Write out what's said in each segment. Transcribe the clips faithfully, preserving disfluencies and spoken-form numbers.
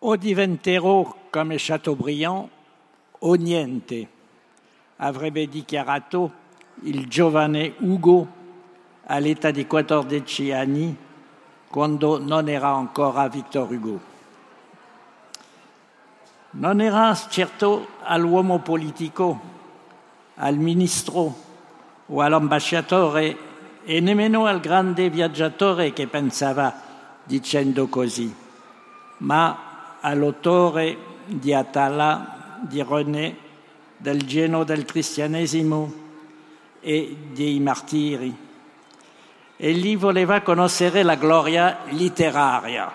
O diventerò come Chateaubriand o niente, avrebbe dichiarato il giovane Ugo all'età di quattordici anni, quando non era ancora Victor Hugo. Non era certo all'uomo politico, al ministro o all'ambasciatore e nemmeno al grande viaggiatore che pensava dicendo così, ma all'autore di Atala, di René, del genio del cristianesimo e dei martiri. Egli voleva conoscere la gloria letteraria,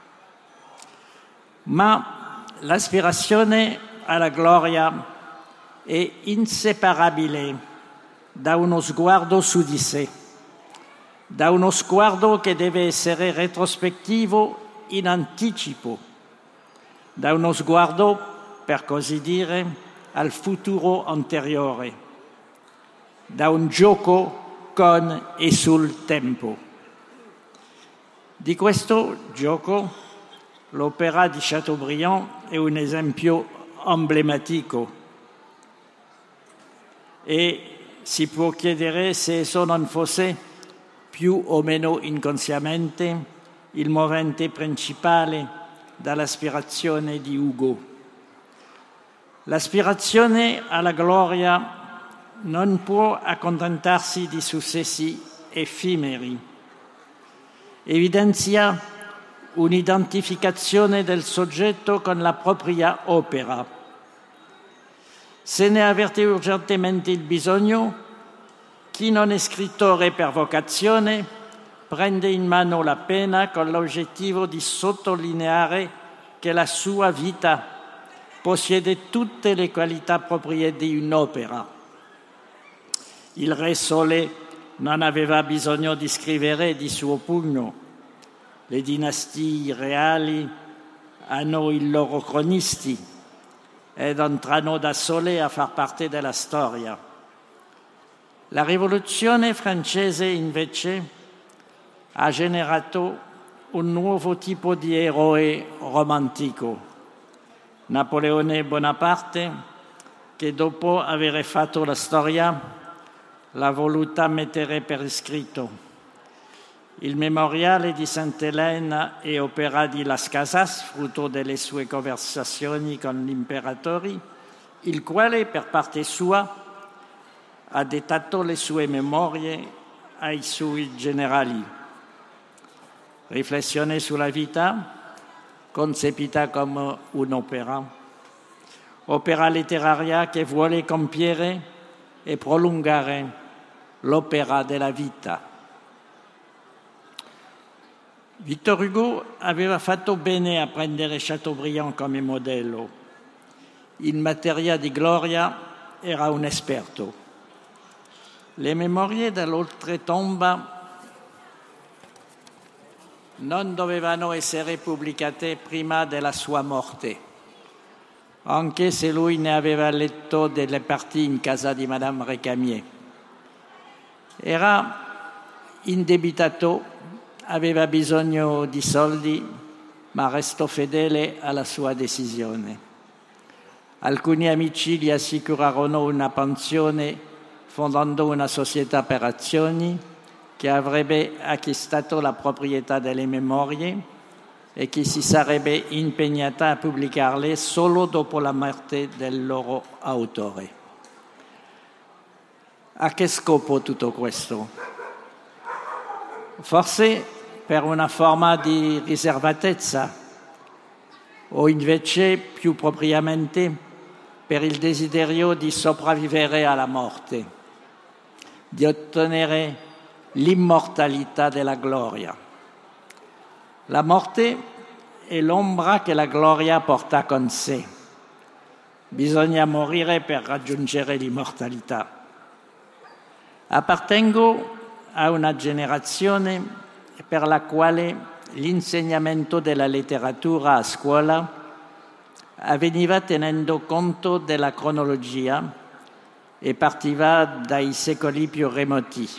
ma l'aspirazione alla gloria è inseparabile da uno sguardo su di sé, da uno sguardo che deve essere retrospettivo in anticipo, da uno sguardo, per così dire, al futuro anteriore, da un gioco con e sul tempo. Di questo gioco l'opera di Chateaubriand è un esempio emblematico e si può chiedere se esso non fosse più o meno inconsciamente il movente principale dall'aspirazione di Ugo. L'aspirazione alla gloria non può accontentarsi di successi effimeri. Evidenzia un'identificazione del soggetto con la propria opera. Se ne avverte urgentemente il bisogno, chi non è scrittore per vocazione prende in mano la penna con l'obiettivo di sottolineare che la sua vita possiede tutte le qualità proprie di un'opera. Il Re Sole non aveva bisogno di scrivere di suo pugno. Le dinastie reali hanno i loro cronisti ed entrano da sole a far parte della storia. La Rivoluzione francese, invece, ha generato un nuovo tipo di eroe romantico. Napoleone Bonaparte, che dopo aver fatto la storia l'ha voluta mettere per iscritto. Il memoriale di Sainte-Hélène è opera di Las Casas, frutto delle sue conversazioni con l'imperatore, il quale per parte sua ha dettato le sue memorie ai suoi generali. Riflessione sulla vita, concepita come un'opera, opera letteraria che vuole compiere e prolungare l'opera della vita. Victor Hugo aveva fatto bene a prendere Chateaubriand come modello. In materia di gloria era un esperto. Le memorie dell'oltretomba non dovevano essere pubblicate prima della sua morte, anche se lui ne aveva letto delle parti in casa di Madame Récamier. Era indebitato, aveva bisogno di soldi, ma restò fedele alla sua decisione. Alcuni amici gli assicurarono una pensione fondando una società per azioni che avrebbe acquistato la proprietà delle memorie e che si sarebbe impegnata a pubblicarle solo dopo la morte del loro autore. A che scopo tutto questo? Forse per una forma di riservatezza o invece più propriamente per il desiderio di sopravvivere alla morte, di ottenere l'immortalità della gloria. La morte è l'ombra che la gloria porta con sé. Bisogna morire per raggiungere l'immortalità. Appartengo a una generazione per la quale l'insegnamento della letteratura a scuola avveniva tenendo conto della cronologia e partiva dai secoli più remoti.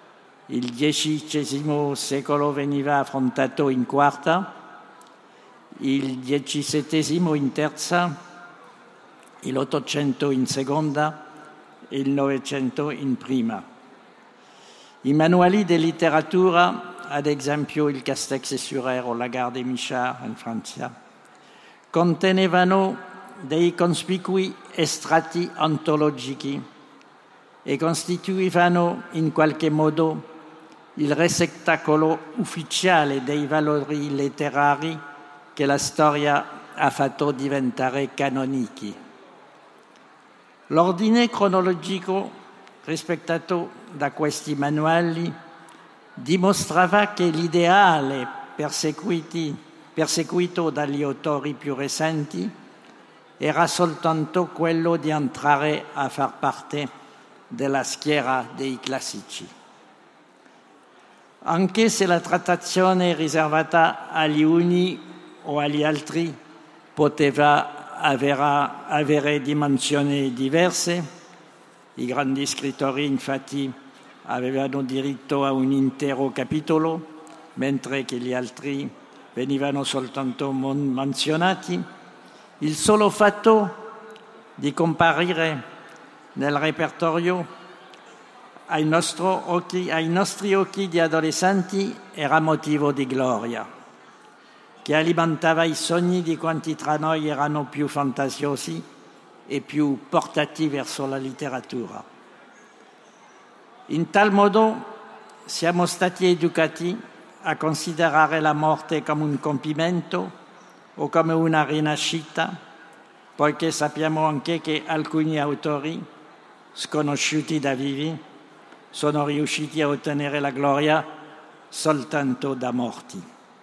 Il dodicesimo secolo veniva affrontato in quarta, il diciassettesimo in terza, l'Ottocento in seconda e il Novecento in prima. I manuali di letteratura, ad esempio il Castex-sur-Aire o la Gare des Michards in Francia, contenevano dei cospicui estratti ontologici e costituivano in qualche modo il receptacolo ufficiale dei valori letterari che la storia ha fatto diventare canonici. L'ordine cronologico rispettato da questi manuali dimostrava che l'ideale perseguito dagli autori più recenti era soltanto quello di entrare a far parte della schiera dei classici. Anche se la trattazione riservata agli uni o agli altri poteva avere, avere dimensioni diverse, i grandi scrittori infatti avevano diritto a un intero capitolo, mentre che gli altri venivano soltanto menzionati. Il solo fatto di comparire nel repertorio ai, occhi, ai nostri occhi di adolescenti era motivo di gloria, che alimentava i sogni di quanti tra noi erano più fantasiosi e più portati verso la letteratura. In tal modo siamo stati educati a considerare la morte come un compimento o come una rinascita, poiché sappiamo anche che alcuni autori, sconosciuti da vivi, sono riusciti a ottenere la gloria soltanto da morti.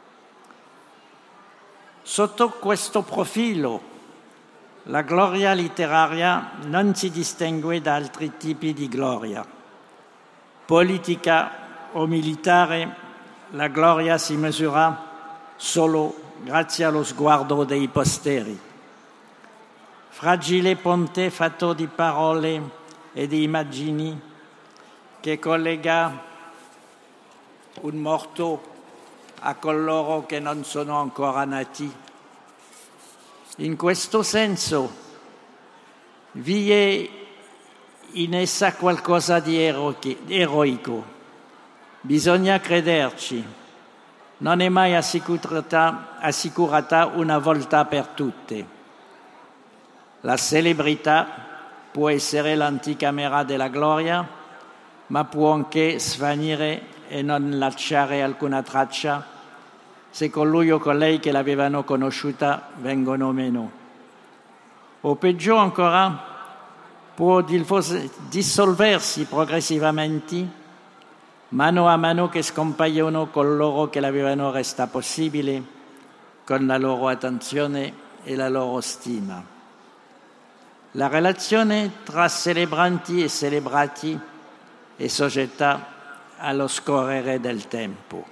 Sotto questo profilo, la gloria letteraria non si distingue da altri tipi di gloria. Politica o militare, la gloria si misura solo grazie allo sguardo dei posteri. Fragile ponte fatto di parole e di immagini che collega un morto a coloro che non sono ancora nati. In questo senso vi è in essa qualcosa di eroico. Bisogna crederci. Non è mai assicurata, assicurata una volta per tutte. La celebrità può essere l'anticamera della gloria, ma può anche svanire e non lasciare alcuna traccia se colui o colei che l'avevano conosciuta vengono meno. O peggio ancora, può dissolversi progressivamente mano a mano che scompaiono coloro che l'avevano resa possibile con la loro attenzione e la loro stima. La relazione tra celebranti e celebrati è soggetta allo scorrere del tempo.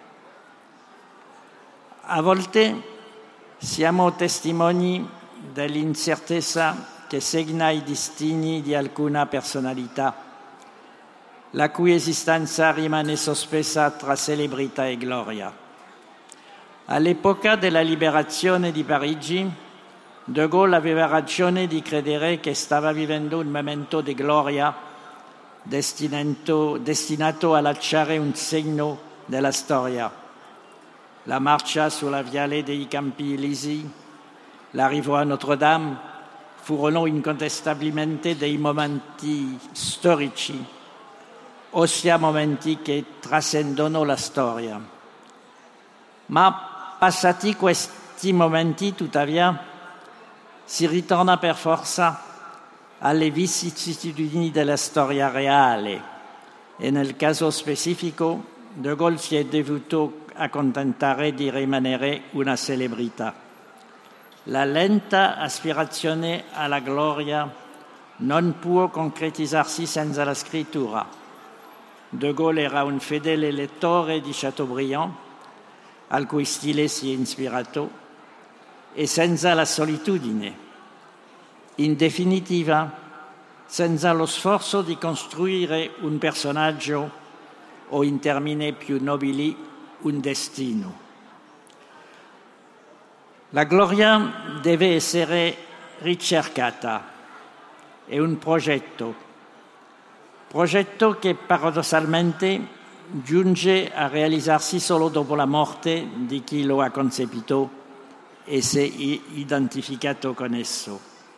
A volte siamo testimoni dell'incertezza che segna i destini di alcuna personalità, la cui esistenza rimane sospesa tra celebrità e gloria. All'epoca della liberazione di Parigi, De Gaulle aveva ragione di credere che stava vivendo un momento di gloria destinato, destinato a lasciare un segno della storia. La marcia sulla viale dei Campi Elisi, l'arrivo a Notre-Dame furono incontestabilmente dei momenti storici, ossia momenti che trascendono la storia. Ma passati questi momenti, tuttavia, si ritorna per forza alle vicissitudini della storia reale e nel caso specifico De Gaulle si è dovuto accontentare di rimanere una celebrità. La lenta aspirazione alla gloria non può concretizzarsi senza la scrittura. De Gaulle era un fedele lettore di Chateaubriand, al cui stile si è ispirato, e senza la solitudine. In definitiva, senza lo sforzo di costruire un personaggio o, in termini più nobili, un destino. La gloria deve essere ricercata, è un progetto, progetto che paradossalmente giunge a realizzarsi solo dopo la morte di chi lo ha concepito e si è identificato con esso.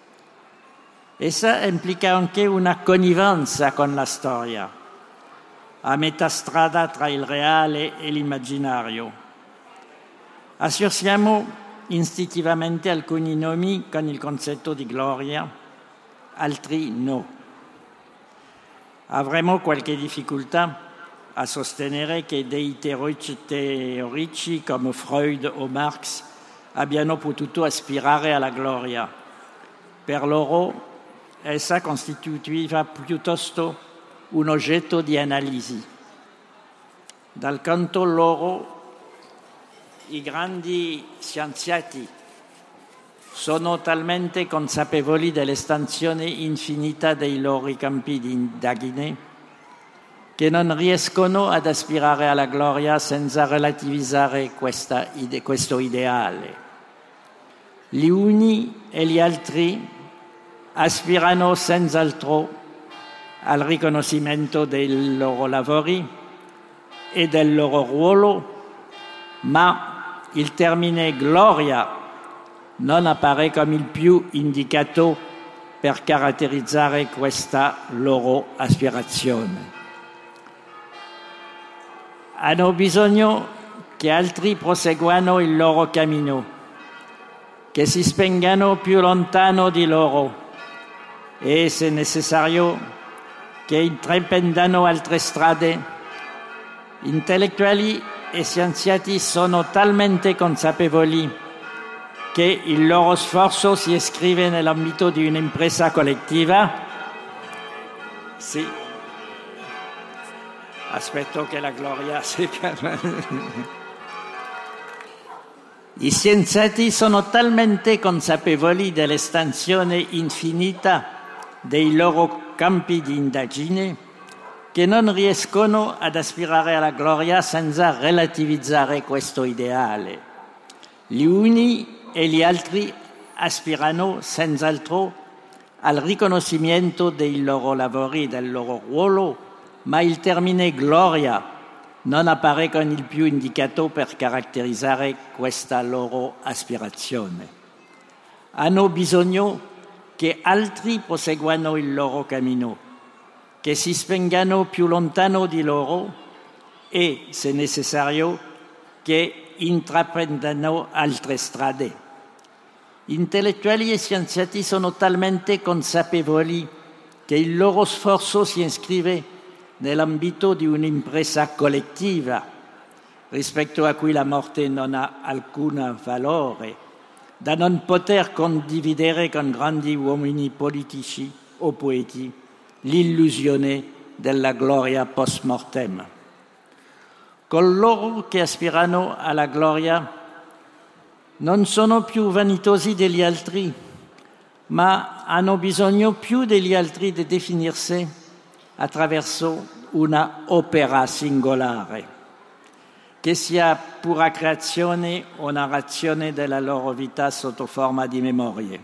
Essa implica anche una connivenza con la storia, a metà strada tra il reale e l'immaginario. Associamo istintivamente alcuni nomi con il concetto di gloria, altri no. Avremo qualche difficoltà a sostenere che dei teorici, teorici come Freud o Marx abbiano potuto aspirare alla gloria. Per loro essa costituiva piuttosto un oggetto di analisi. Dal canto loro, i grandi scienziati sono talmente consapevoli dell'estensione infinita dei loro campi di indagine che non riescono ad aspirare alla gloria senza relativizzare questa ide- questo ideale. Gli uni e gli altri aspirano senz'altro al riconoscimento dei loro lavori e del loro ruolo, ma il termine gloria non appare come il più indicato per caratterizzare questa loro aspirazione. Hanno bisogno che altri proseguano il loro cammino, che si spengano più lontano di loro e, se necessario, che intraprendano altre strade. Intellettuali e scienziati sono talmente consapevoli che il loro sforzo si iscrive nell'ambito di un'impresa collettiva. Sì. Aspetto che la gloria si calma. I scienziati sono talmente consapevoli dell'estensione infinita dei loro campi di indagine che non riescono ad aspirare alla gloria senza relativizzare questo ideale. Gli uni e gli altri aspirano senz'altro al riconoscimento dei loro lavori e del loro ruolo, ma il termine gloria non appare come il più indicato per caratterizzare questa loro aspirazione. Hanno bisogno che altri proseguano il loro cammino, che si spengano più lontano di loro e, se necessario, che intraprendano altre strade. Intellettuali e scienziati sono talmente consapevoli che il loro sforzo si iscrive nell'ambito di un'impresa collettiva, rispetto a cui la morte non ha alcun valore, da non poter condividere con grandi uomini politici o poeti l'illusione della gloria post mortem. Coloro che aspirano alla gloria non sono più vanitosi degli altri, ma hanno bisogno più degli altri di definirsi attraverso una opera singolare, che sia pura creazione o narrazione della loro vita sotto forma di memorie.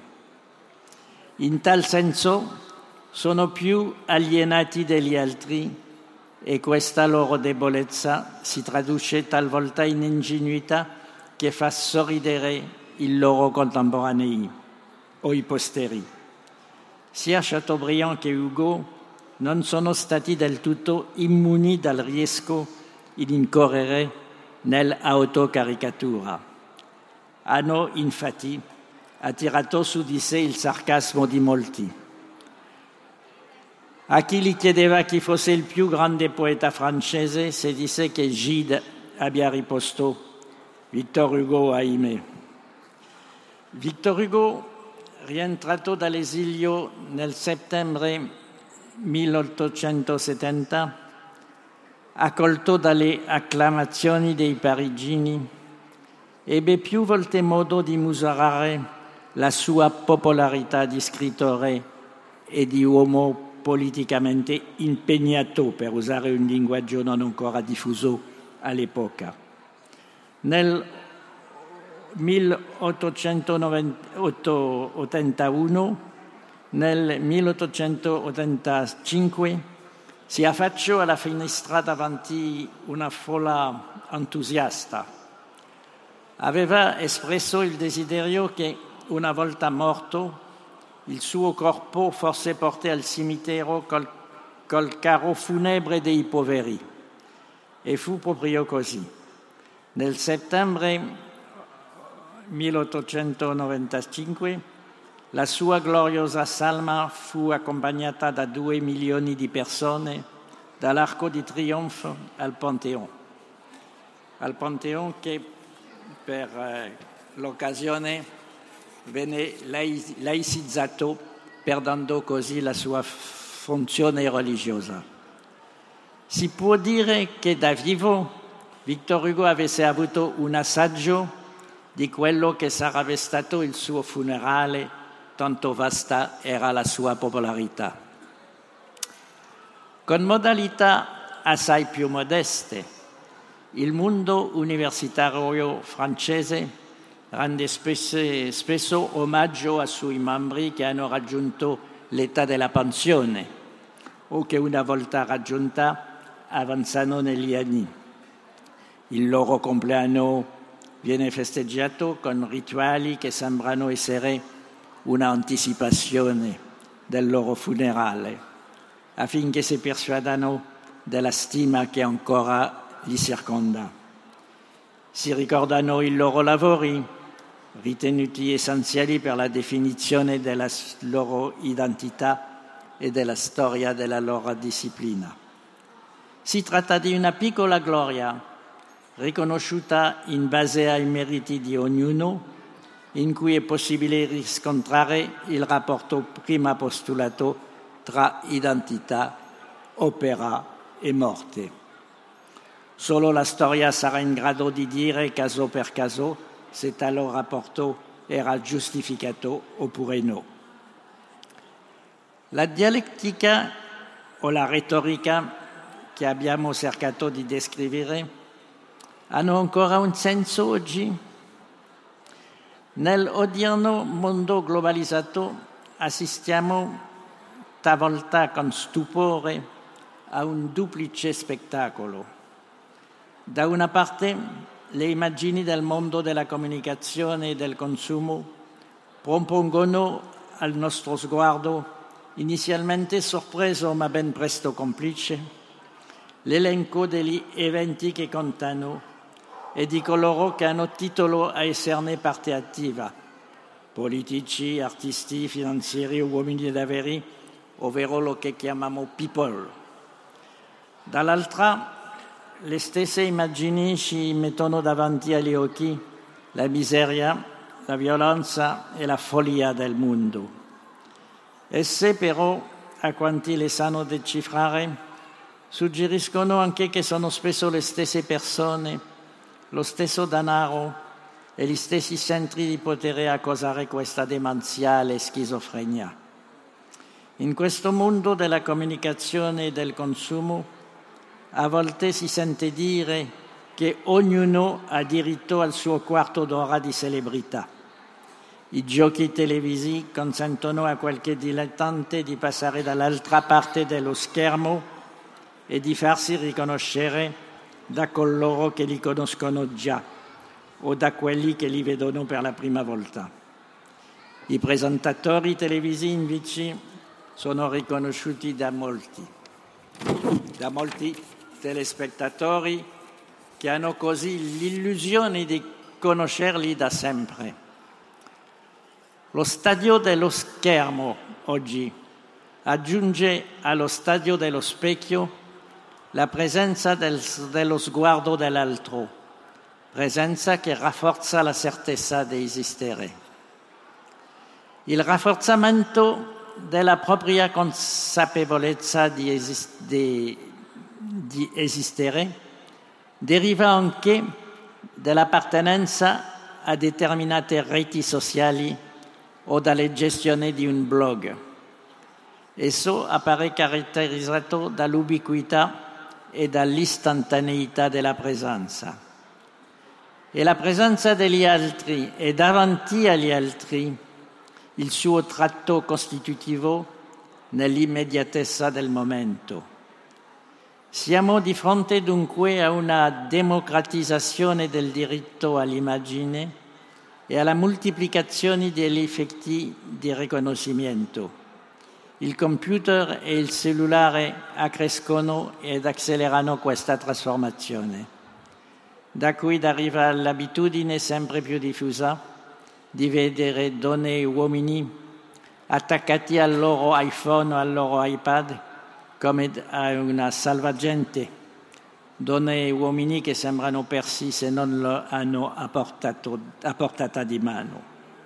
In tal senso sono più alienati degli altri e questa loro debolezza si traduce talvolta in ingenuità che fa sorridere i loro contemporanei o i posteri. Sia Chateaubriand che Hugo non sono stati del tutto immuni dal rischio di incorrere nell'autocaricatura. Hanno infatti attirato su di sé il sarcasmo di molti. A chi gli chiedeva chi fosse il più grande poeta francese, si disse che Gide abbia risposto Victor Hugo, ahimè. Victor Hugo, rientrato dall'esilio nel settembre milleottocentosettanta, accolto dalle acclamazioni dei parigini, ebbe più volte modo di misurare la sua popolarità di scrittore e di uomo politicamente impegnato, per usare un linguaggio non ancora diffuso all'epoca. Nel milleottocentottantuno, nel milleottocentottantacinque si affacciò alla finestra davanti una folla entusiasta. Aveva espresso il desiderio che, una volta morto, il suo corpo fosse portato al cimitero col, col carro funebre dei poveri. E fu proprio così. Nel settembre milleottocentonovantacinque la sua gloriosa salma fu accompagnata da due milioni di persone dall'Arco di Trionfo al Pantheon. Al Pantheon che per eh, l'occasione venne laicizzato, perdendo così la sua funzione religiosa. Si può dire che da vivo Victor Hugo avesse avuto un assaggio di quello che sarebbe stato il suo funerale, tanto vasta era la sua popolarità. Con modalità assai più modeste, il mondo universitario francese rende spesso, spesso omaggio ai suoi membri che hanno raggiunto l'età della pensione o che una volta raggiunta avanzano negli anni. Il loro compleanno viene festeggiato con rituali che sembrano essere un'anticipazione del loro funerale, affinché si persuadano della stima che ancora li circonda. Si ricordano i loro lavori, ritenuti essenziali per la definizione della loro identità e della storia della loro disciplina. Si tratta di una piccola gloria, riconosciuta in base ai meriti di ognuno, in cui è possibile riscontrare il rapporto prima postulato tra identità, opera e morte. Solo la storia sarà in grado di dire, caso per caso, se tale rapporto era giustificato oppure no. La dialettica o la retorica che abbiamo cercato di descrivere hanno ancora un senso oggi? Nell'odierno mondo globalizzato assistiamo talvolta con stupore a un duplice spettacolo. Da una parte le immagini del mondo della comunicazione e del consumo propongono al nostro sguardo, inizialmente sorpreso ma ben presto complice, l'elenco degli eventi che contano e di coloro che hanno titolo a esserne parte attiva, politici, artisti, finanzieri, uomini d'averi, ovvero lo che chiamiamo people. Dall'altra, le stesse immagini ci mettono davanti agli occhi la miseria, la violenza e la follia del mondo. Esse però, a quanti le sanno decifrare, suggeriscono anche che sono spesso le stesse persone, lo stesso denaro e gli stessi centri di potere a causare questa demenziale schizofrenia. In questo mondo della comunicazione e del consumo, a volte si sente dire che ognuno ha diritto al suo quarto d'ora di celebrità. I giochi televisivi consentono a qualche dilettante di passare dall'altra parte dello schermo e di farsi riconoscere da coloro che li conoscono già o da quelli che li vedono per la prima volta. I presentatori televisivi invece sono riconosciuti da molti, da molti telespettatori che hanno così l'illusione di conoscerli da sempre. Lo stadio dello schermo oggi aggiunge allo stadio dello specchio la presenza del, dello sguardo dell'altro, presenza che rafforza la certezza di esistere. Il rafforzamento della propria consapevolezza di, esist- di, di esistere deriva anche dall'appartenenza a determinate reti sociali o dalle gestioni di un blog. Esso appare caratterizzato dall'ubiquità e dall'istantaneità della presenza. E la presenza degli altri e davanti agli altri il suo tratto costitutivo nell'immediatezza del momento. Siamo di fronte dunque a una democratizzazione del diritto all'immagine e alla moltiplicazione degli effetti di riconoscimento. Il computer e il cellulare accrescono ed accelerano questa trasformazione, da cui deriva l'abitudine sempre più diffusa di vedere donne e uomini attaccati al loro iPhone o al loro iPad come a una salvagente, donne e uomini che sembrano persi se non lo hanno a, portato, a portata di mano.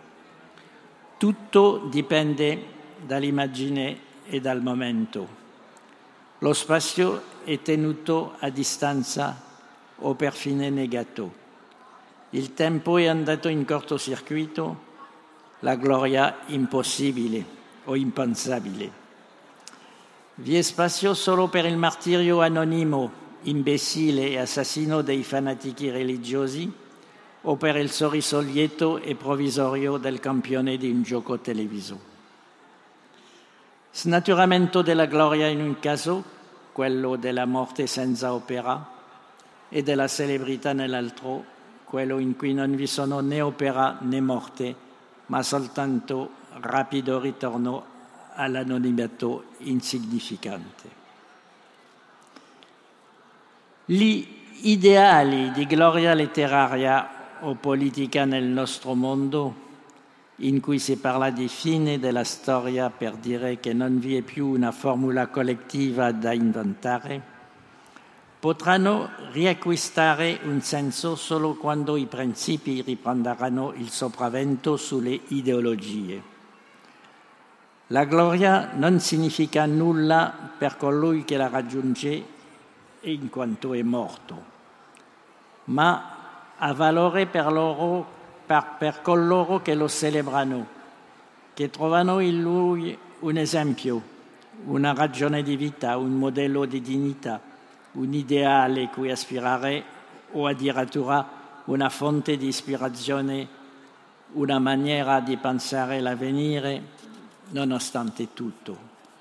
Tutto dipende dall'immagine e dal momento. Lo spazio è tenuto a distanza o perfino negato. Il tempo è andato in cortocircuito, la gloria impossibile o impensabile. Vi è spazio solo per il martirio anonimo, imbecille e assassino dei fanatichi religiosi o per il sorriso lieto e provvisorio del campione di un gioco televiso. Snaturamento della gloria in un caso, quello della morte senza opera, e della celebrità nell'altro, quello in cui non vi sono né opera né morte, ma soltanto rapido ritorno all'anonimato insignificante. Gli ideali di gloria letteraria o politica nel nostro mondo, in cui si parla di fine della storia per dire che non vi è più una formula collettiva da inventare, potranno riacquistare un senso solo quando i principi riprenderanno il sopravvento sulle ideologie. La gloria non significa nulla per colui che la raggiunge in quanto è morto, ma ha valore per, loro, per, per coloro che lo celebrano, che trovano in lui un esempio, una ragione di vita, un modello di dignità, un ideale cui aspirare o addirittura una fonte di ispirazione, una maniera di pensare l'avvenire, nonostante tutto.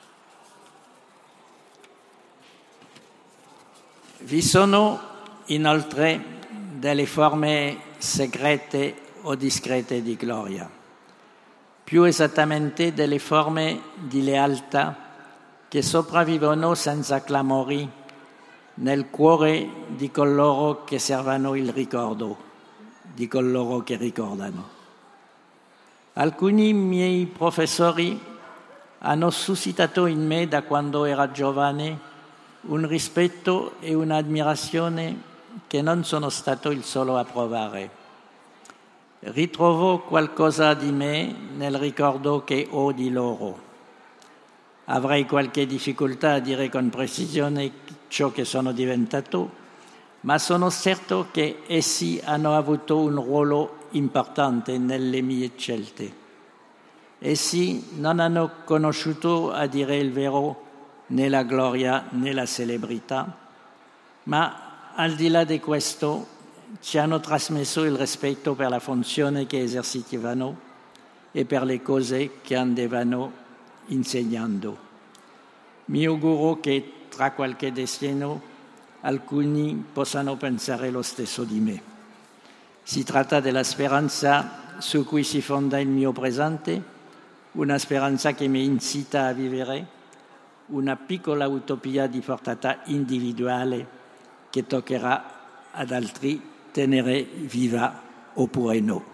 Vi sono inoltre delle forme segrete o discrete di gloria, più esattamente delle forme di lealtà che sopravvivono senza clamori nel cuore di coloro che servono il ricordo, di coloro che ricordano. Alcuni miei professori hanno suscitato in me, da quando era giovane, un rispetto e un'ammirazione che non sono stato il solo a provare. Ritrovo qualcosa di me nel ricordo che ho di loro. Avrei qualche difficoltà a dire con precisione ciò che sono diventato, ma sono certo che essi hanno avuto un ruolo importante nelle mie scelte. Essi non hanno conosciuto, a dire il vero, né la gloria né la celebrità, ma al di là di questo ci hanno trasmesso il rispetto per la funzione che esercitavano e per le cose che andavano insegnando. Mi auguro che tra qualche decennio alcuni possano pensare lo stesso di me. Si tratta della speranza su cui si fonda il mio presente, una speranza che mi incita a vivere, una piccola utopia di portata individuale che toccherà ad altri tenere viva oppure no.